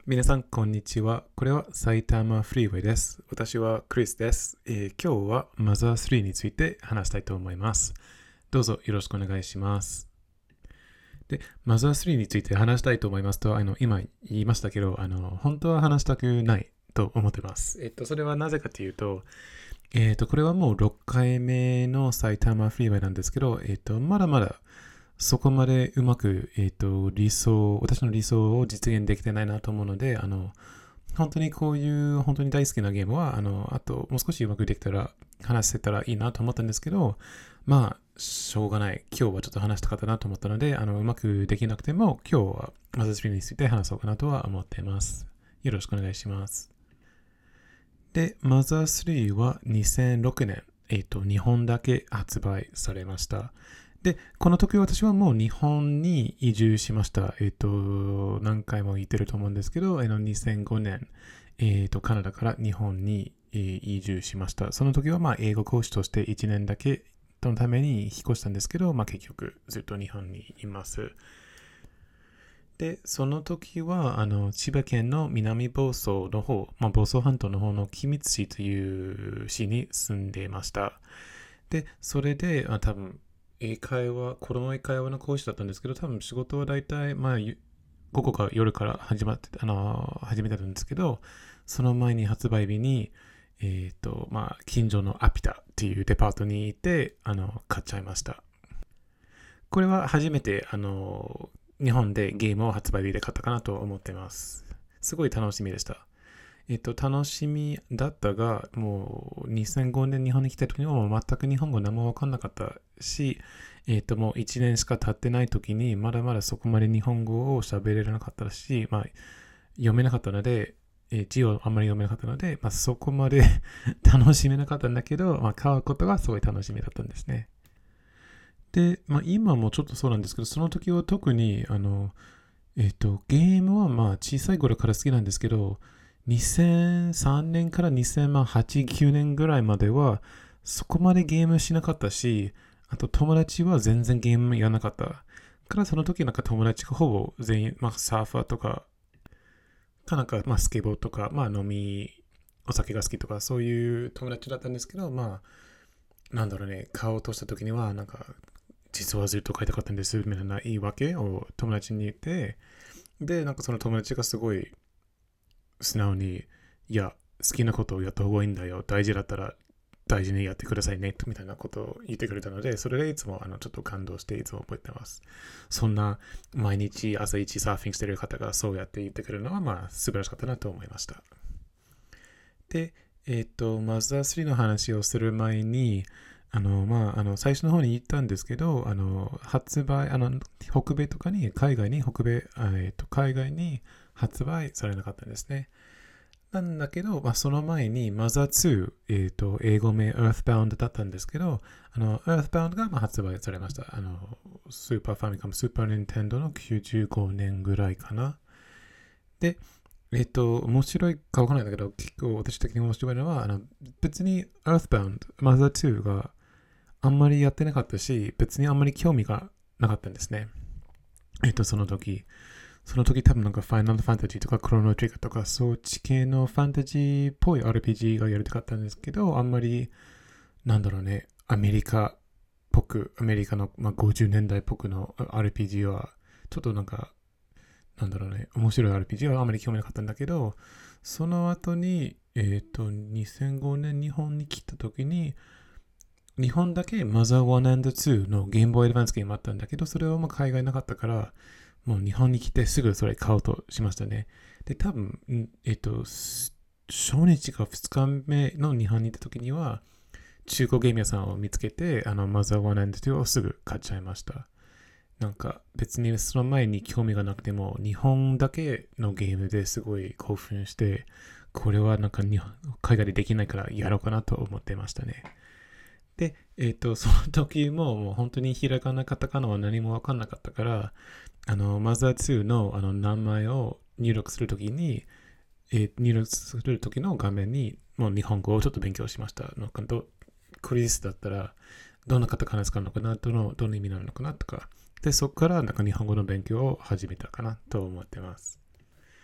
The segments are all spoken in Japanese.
皆さん、こんにちは。これは埼玉フリーウェイです。私はクリスです。今日はマザー3について話したいと思います。どうぞよろしくお願いします。で、マザー3について話したいと思いますと、今言いましたけど、本当は話したくないと思ってます。それはなぜかというと、これはもう6回目の埼玉フリーウェイなんですけど、まだまだそこまでうまく、私の理想を実現できてないなと思うので、本当にこういう本当に大好きなゲームは、あともう少しうまくできたら、話せたらいいなと思ったんですけど、まあ、しょうがない。今日はちょっと話したかったなと思ったので、うまくできなくても、今日はマザー3について話そうかなとは思っています。よろしくお願いします。で、マザー3は2006年、日本だけ発売されました。で、この時私はもう日本に移住しました。何回も言ってると思うんですけど、2005年、カナダから日本に移住しました。その時はまあ英語講師として1年だけのために引っ越したんですけど、まあ結局ずっと日本にいます。で、その時は、千葉県の南房総の方、房総半島の方の君津市という市に住んでいました。で、それで、多分、子供英会話の講師だったんですけど、多分仕事は大体、午後か夜から始めたんですけど、その前に発売日に、近所のアピタっていうデパートに行って、買っちゃいました。これは初めて、日本でゲームを発売日で買ったかなと思っています。すごい楽しみでした。楽しみだったが、もう2005年日本に来た時にはもう全く日本語何も分かんなかったし、もう1年しか経ってない時にまだまだそこまで日本語を喋れなかったし、読めなかったので、字をあんまり読めなかったので、そこまで楽しめなかったんだけど、買うことがすごい楽しみだったんですね。で、今もちょっとそうなんですけど、その時は特に、ゲームは小さい頃から好きなんですけど、2003年から2008、9年ぐらいまでは、そこまでゲームしなかったし、あと友達は全然ゲームやらなかった。からその時なんか友達がほぼ全員、サーファーとか、スケボーとか、お酒が好きとか、そういう友達だったんですけど、なんだろうね、買おうとした時には、実はずっと買いたかったんですみたいな言い訳を友達に言って、で、その友達がすごい素直に、いや、好きなことをやった方がいいんだよ。大事だったら大事にやってくださいね。みたいなことを言ってくれたので、それでいつもちょっと感動していつも覚えてます。そんな毎日朝一サーフィンしてる方がそうやって言ってくれるのは、素晴らしかったなと思いました。で、マザー3の話をする前に、最初の方に言ったんですけど、発売、北米とかに、海外に発売されなかったんですね。なんだけど、その前に、マザー2、英語名 Earthbound だったんですけど、Earthbound が発売されました。スーパーファミコン、スーパーニンテンドの95年ぐらいかな。で、面白いかわからないんだけど、結構私的に面白いのは、別に Earthbound、マザー2があんまりやってなかったし、別にあんまり興味がなかったんですね。その時。その時多分なんかファイナルファンタジーとかクロノトリガーとかそっち系のファンタジーっぽい RPG がやりたかったんですけど、あんまり、なんだろうね、アメリカっぽく、アメリカの、50年代っぽくの RPG は、ちょっとなんだろうね、面白い RPG はあまり興味なかったんだけど、その後に、2005年日本に来た時に、日本だけマザー1 2のゲームボーイアドバンスゲームあったんだけど、それは海外なかったから、もう日本に来てすぐそれ買おうとしましたね。で、多分、初日か2日目の日本に行った時には、中古ゲーム屋さんを見つけて、マザー1 2をすぐ買っちゃいました。別にその前に興味がなくても、日本だけのゲームですごい興奮して、これは海外でできないからやろうかなと思ってましたね。で、その時もう本当にひらがなカタカナは何もわかんなかったから、マザー2の名前を入力するときに、入力するときの画面にもう日本語をちょっと勉強しました。クリスだったら、どんなカタカナ使うのかな、どの意味なのかなとか。で、そこから日本語の勉強を始めたかなと思ってます。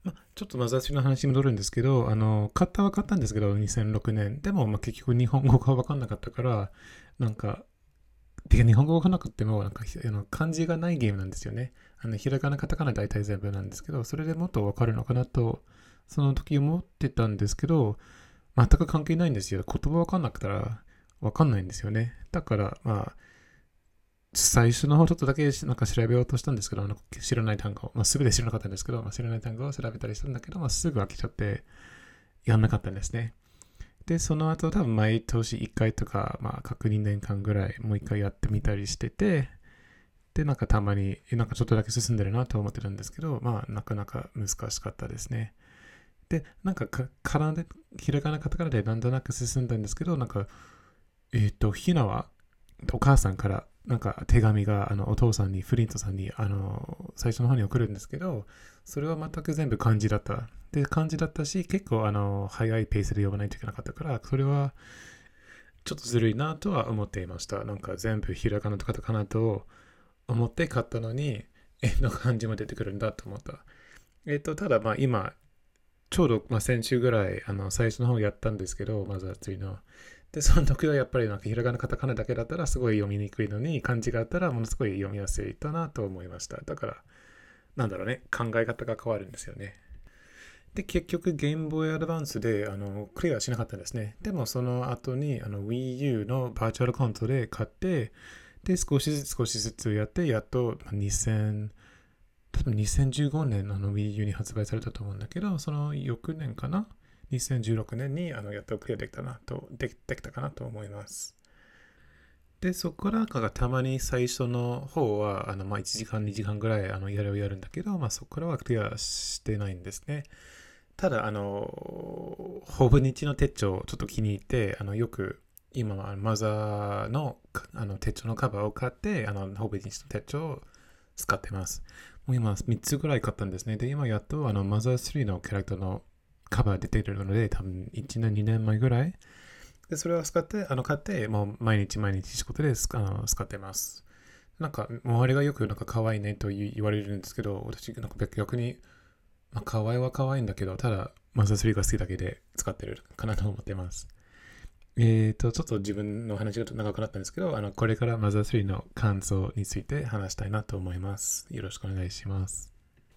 ちょっとマザー3の話に戻るんですけど、買ったは買ったんですけど、2006年。でも、結局日本語が分かんなかったから、なんか、日本語が分かんなくても、漢字がないゲームなんですよね。ひらがな、カタカナ大体全部なんですけど、それでもっと分かるのかなと、その時思ってたんですけど、全く関係ないんですよ。言葉分かんなくたら分かんないんですよね。だから、最初の方ちょっとだけ調べようとしたんですけど、知らない単語、すぐで知らなかったんですけど、知らない単語を調べたりしたんだけど、すぐ飽きちゃってやんなかったんですね。で、その後多分毎年1回とか、各2年間ぐらいもう1回やってみたりしてて、で、たまに、ちょっとだけ進んでるなと思ってるんですけど、なかなか難しかったですね。で、絡んで、ひらがなカタカナでなんとなく進んだんですけど、ひなは、お母さんから、手紙が、お父さんに、フリントさんに、最初の方に送るんですけど、それは全く全部漢字だった。で、漢字だったし、結構、早いペースで読まないといけなかったから、それは、ちょっとずるいなとは思っていました。全部ひらがなとカタカナと思って買ったのに、の漢字も出てくるんだと思った。ただ、今、ちょうど、先週ぐらい、最初の方やったんですけど、まずは次の。で、その時はやっぱりひらがなカタカナだけだったらすごい読みにくいのに、漢字があったらものすごい読みやすいだなと思いました。だから、考え方が変わるんですよね。で、結局、ゲームボーイアドバンスで、クリアしなかったんですね。でも、その後に、Wii U のバーチャルコントで買って、で、少しずつやって、やっと、多分2015年のWii U に発売されたと思うんだけど、その翌年かな ?2016 年にやっとクリアできたかなと思います。で、そこからたまに最初の方は、1時間、2時間ぐらいやるんだけど、そこからはクリアしてないんですね。ただ、ほぼ日の手帳をちょっと気に入って、よく今はマザーの手帳のカバーを買って、ほぼ日の手帳を使ってます。もう今3つぐらい買ったんですね。で、今やっとマザー3のキャラクターのカバー出ているので、多分1年、2年前ぐらい。で、それを買って、もう毎日仕事で使ってます。周りがよく可愛いねと言われるんですけど、私逆に、可愛いは可愛いんだけど、ただマザー3が好きだけで使ってるかなと思ってます。ちょっと自分の話が長くなったんですけど、これからマザー3の感想について話したいなと思います。よろしくお願いします。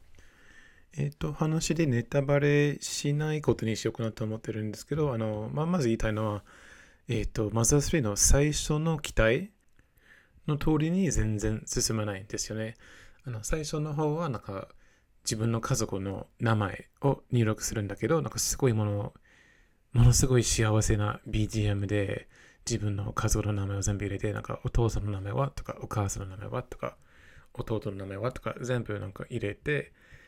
話でネタバレしないことにしようかなと思ってるんですけど、まず言いたいのは、マザー3の最初の期待の通りに全然進まないんですよね。最初の方は、自分の家族の名前を入力するんだけど、すごいものすごい幸せな BGM で、自分の家族の名前を全部入れて、お父さんの名前はとか、お母さんの名前はとか、弟の名前はとか、全部入れて、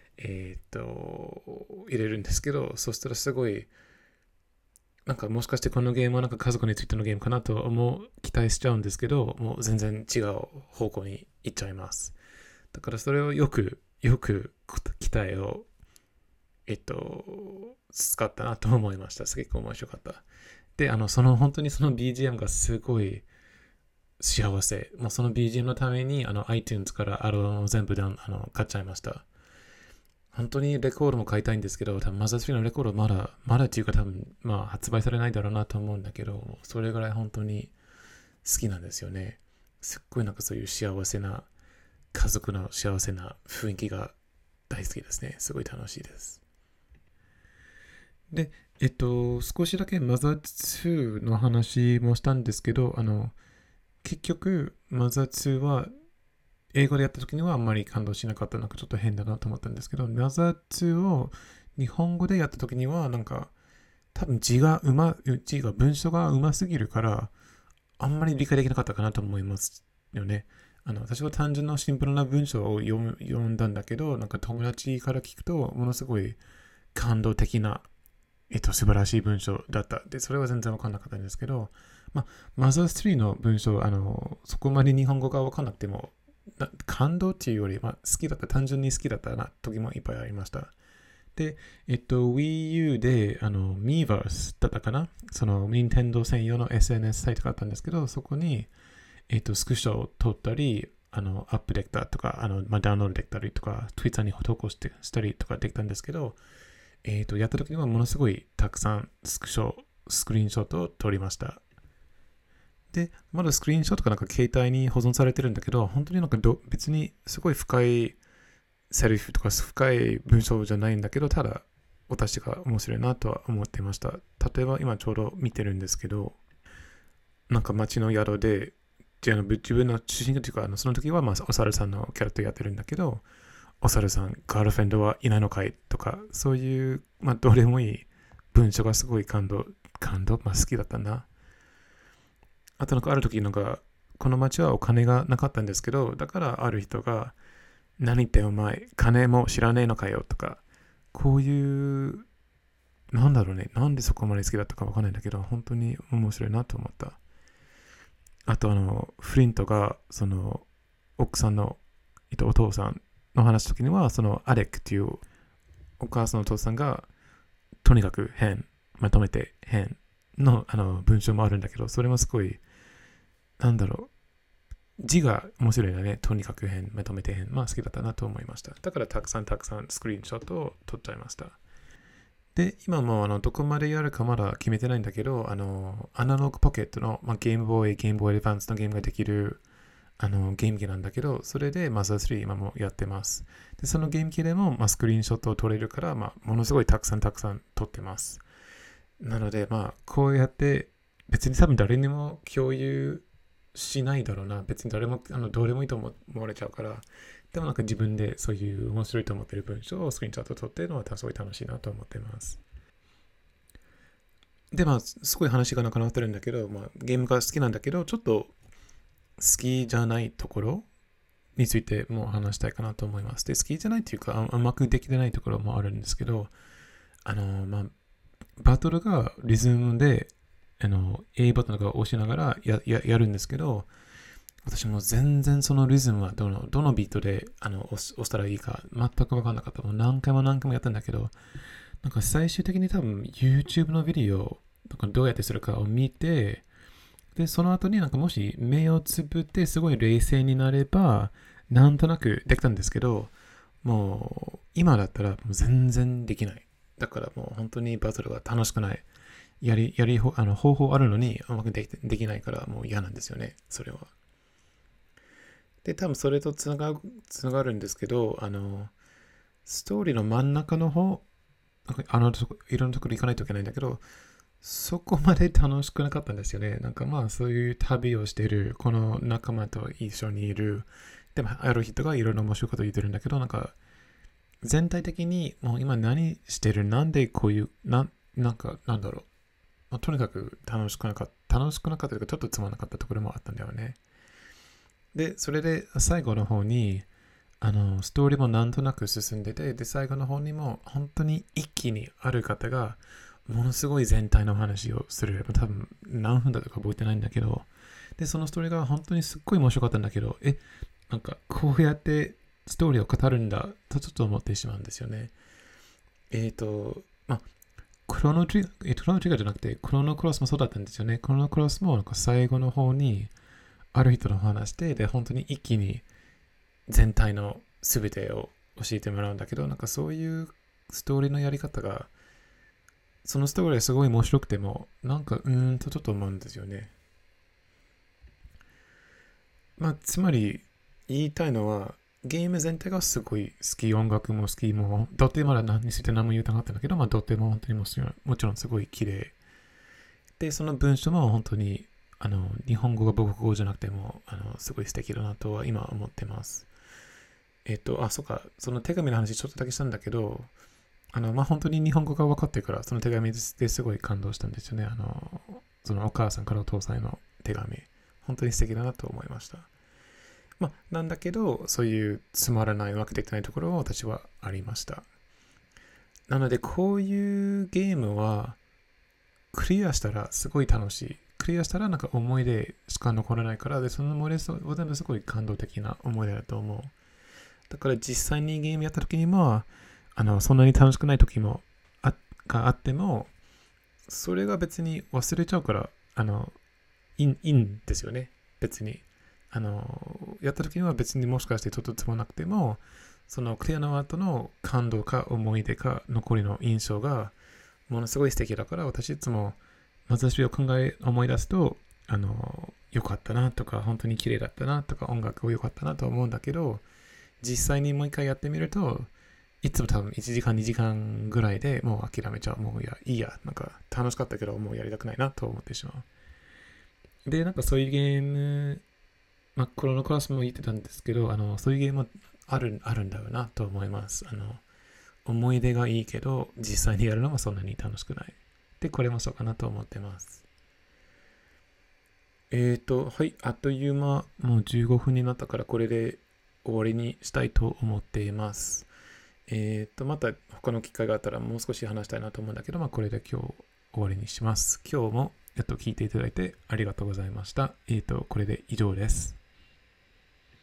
入れるんですけど、そしたらすごい、もしかしてこのゲームは家族についてのゲームかなと期待しちゃうんですけど、もう全然違う方向に行っちゃいます。だからそれをよく期待を、使ったなと思いました。すごく面白かった。で、本当にその BGM がすごい幸せ。もうその BGM のために、iTunes からアルバムを全部買っちゃいました。本当にレコードも買いたいんですけど、多分マザー3のレコードまだっていうか多分、発売されないだろうなと思うんだけど、それぐらい本当に好きなんですよね。すっごいそういう幸せな、家族の幸せな雰囲気が大好きですね。すごい楽しいです。で、少しだけマザー2の話もしたんですけど、結局、マザー2は英語でやった時にはあんまり感動しなかった。ちょっと変だなと思ったんですけど、マザー2を日本語でやった時には、多分文章が上手すぎるから、あんまり理解できなかったかなと思いますよね。私は単純なシンプルな文章を読んだんだけど、友達から聞くと、ものすごい感動的な、素晴らしい文章だった。で、それは全然わかんなかったんですけど、マザー3の文章、そこまで日本語がわかんなくても、感動っていうより、単純に好きだったな時もいっぱいありました。で、Wii U で、Miiverse だったかな、その、Nintendo 専用の SNS サイトがあったんですけど、そこに、スクショを撮ったり、 アップできたとか、ダウンロードできたりとか、Twitter に投稿したりとかできたんですけど、やった時にはものすごいたくさんスクリーンショットを撮りました。で、まだスクリーンショットがなんか携帯に保存されてるんだけど、本当になんか別にすごい深いセリフとか深い文章じゃないんだけど、ただ私が面白いなとは思っていました。例えば今ちょうど見てるんですけど、なんか街の宿で、自分の主人公というか、その時はお猿さんのキャラクターやってるんだけど、お猿さん、ガールフレンドはいないのかいとか、そういう、どれもいい文章がすごい好きだったな。あとなんかある時この街はお金がなかったんですけど、だからある人が、何言ってお前、金も知らねえのかよとか、こういう、なんだろうね、なんでそこまで好きだったかわかんないんだけど、本当に面白いなと思った。あとフリントが、奥さんの、お父さんの話す時には、アレックっていうお母さんのお父さんが、とにかくまとめて変の、文章もあるんだけど、それもすごい、なんだろう、字が面白いんだね。とにかくまとめて好きだったなと思いました。だからたくさんスクリーンショットを撮っちゃいました。で、今もどこまでやるかまだ決めてないんだけど、アナログポケットの、ゲームボーイアドバンスのゲームができるゲーム機なんだけど、それでマザー3今もやってます。で、そのゲーム機でも、スクリーンショットを撮れるから、ものすごいたくさん撮ってます。なので、こうやって、別に多分誰にも共有しないだろうな。別に誰も、どうでもいいと思われちゃうから。でもなんか自分でそういう面白いと思ってる文章をスクリーンショット撮ってるのはすごい楽しいなと思ってます。で、すごい話がなくなってるんだけど、ゲームが好きなんだけど、ちょっと好きじゃないところについても話したいかなと思います。で、好きじゃないっていうか、うまくできてないところもあるんですけど、バトルがリズムで、A ボタンとかを押しながらやるんですけど、私も全然そのリズムはどのビートで押したらいいか全く分かんなかった。もう何回もやったんだけど、なんか最終的に多分 YouTube のビデオとかどうやってするかを見て、で、その後になんかもし目をつぶってすごい冷静になれば、なんとなくできたんですけど、もう今だったらもう全然できない。だからもう本当にバトルが楽しくない。方法あるのにうまくできないからもう嫌なんですよね、それは。で、多分それとつながるんですけど、ストーリーの真ん中の方、いろんなところ行かないといけないんだけど、そこまで楽しくなかったんですよね。なんかそういう旅をしている、この仲間と一緒にいる、でもある人がいろいろ面白いこと言ってるんだけど、なんか全体的にもう今何してる、なんでこういう、なんだろう。とにかく楽しくなかったというか、ちょっとつまらなかったところもあったんだよね。で、それで最後の方に、ストーリーもなんとなく進んでて、で、最後の方にも本当に一気にある方が、ものすごい全体の話をする。多分何分だとか覚えてないんだけど、で、そのストーリーが本当にすっごい面白かったんだけど、なんかこうやってストーリーを語るんだとちょっと思ってしまうんですよね。クロノトリガーじゃなくて、クロノクロスもそうだったんですよね。クロノクロスもなんか最後の方に、ある人の話で、で、本当に一気に全体の全てを教えてもらうんだけど、なんかそういうストーリーのやり方が、そのストーリーがすごい面白くても、なんかちょっと思うんですよね。つまり言いたいのは、ゲーム全体がすごい好き、音楽も好き、もう、とてもまだ何について何も言うたかったんだけど、とても本当にもちろんすごい綺麗。で、その文章も本当に、日本語が母国語じゃなくても、すごい素敵だなとは今思ってます。そうか、その手紙の話ちょっとだけしたんだけど、本当に日本語が分かってるから、その手紙ですごい感動したんですよね。そのお母さんからお父さんへの手紙。本当に素敵だなと思いました。なんだけど、そういうつまらない、うまくできないところは私はありました。なので、こういうゲームは、クリアしたらすごい楽しい。クリアしたらなんか思い出しか残らないから、で、その思い出は全部すごい感動的な思い出だと思う。だから実際にゲームやった時にも、そんなに楽しくない時もあっても、それが別に忘れちゃうから、いいんですよね。別に。 やった時には別にもしかしてちょっとつまなくても、そのクリアの後の感動か思い出か残りの印象がものすごい素敵だから、私いつもマザー3を思い出すと、良かったなとか、本当に綺麗だったなとか、音楽が良かったなと思うんだけど、実際にもう一回やってみると、いつも多分1時間2時間ぐらいでもう諦めちゃう。もういいや、なんか楽しかったけどもうやりたくないなと思ってしまう。で、なんかそういうゲーム、このクラスも言ってたんですけど、そういうゲームもあるんだろうなと思います。思い出がいいけど、実際にやるのはそんなに楽しくない。で、これもそうかなと思ってます。はい、あっという間、もう15分になったから、これで終わりにしたいと思っています。また他の機会があったらもう少し話したいなと思うんだけど、これで今日終わりにします。今日も聞いていただいてありがとうございました。これで以上です。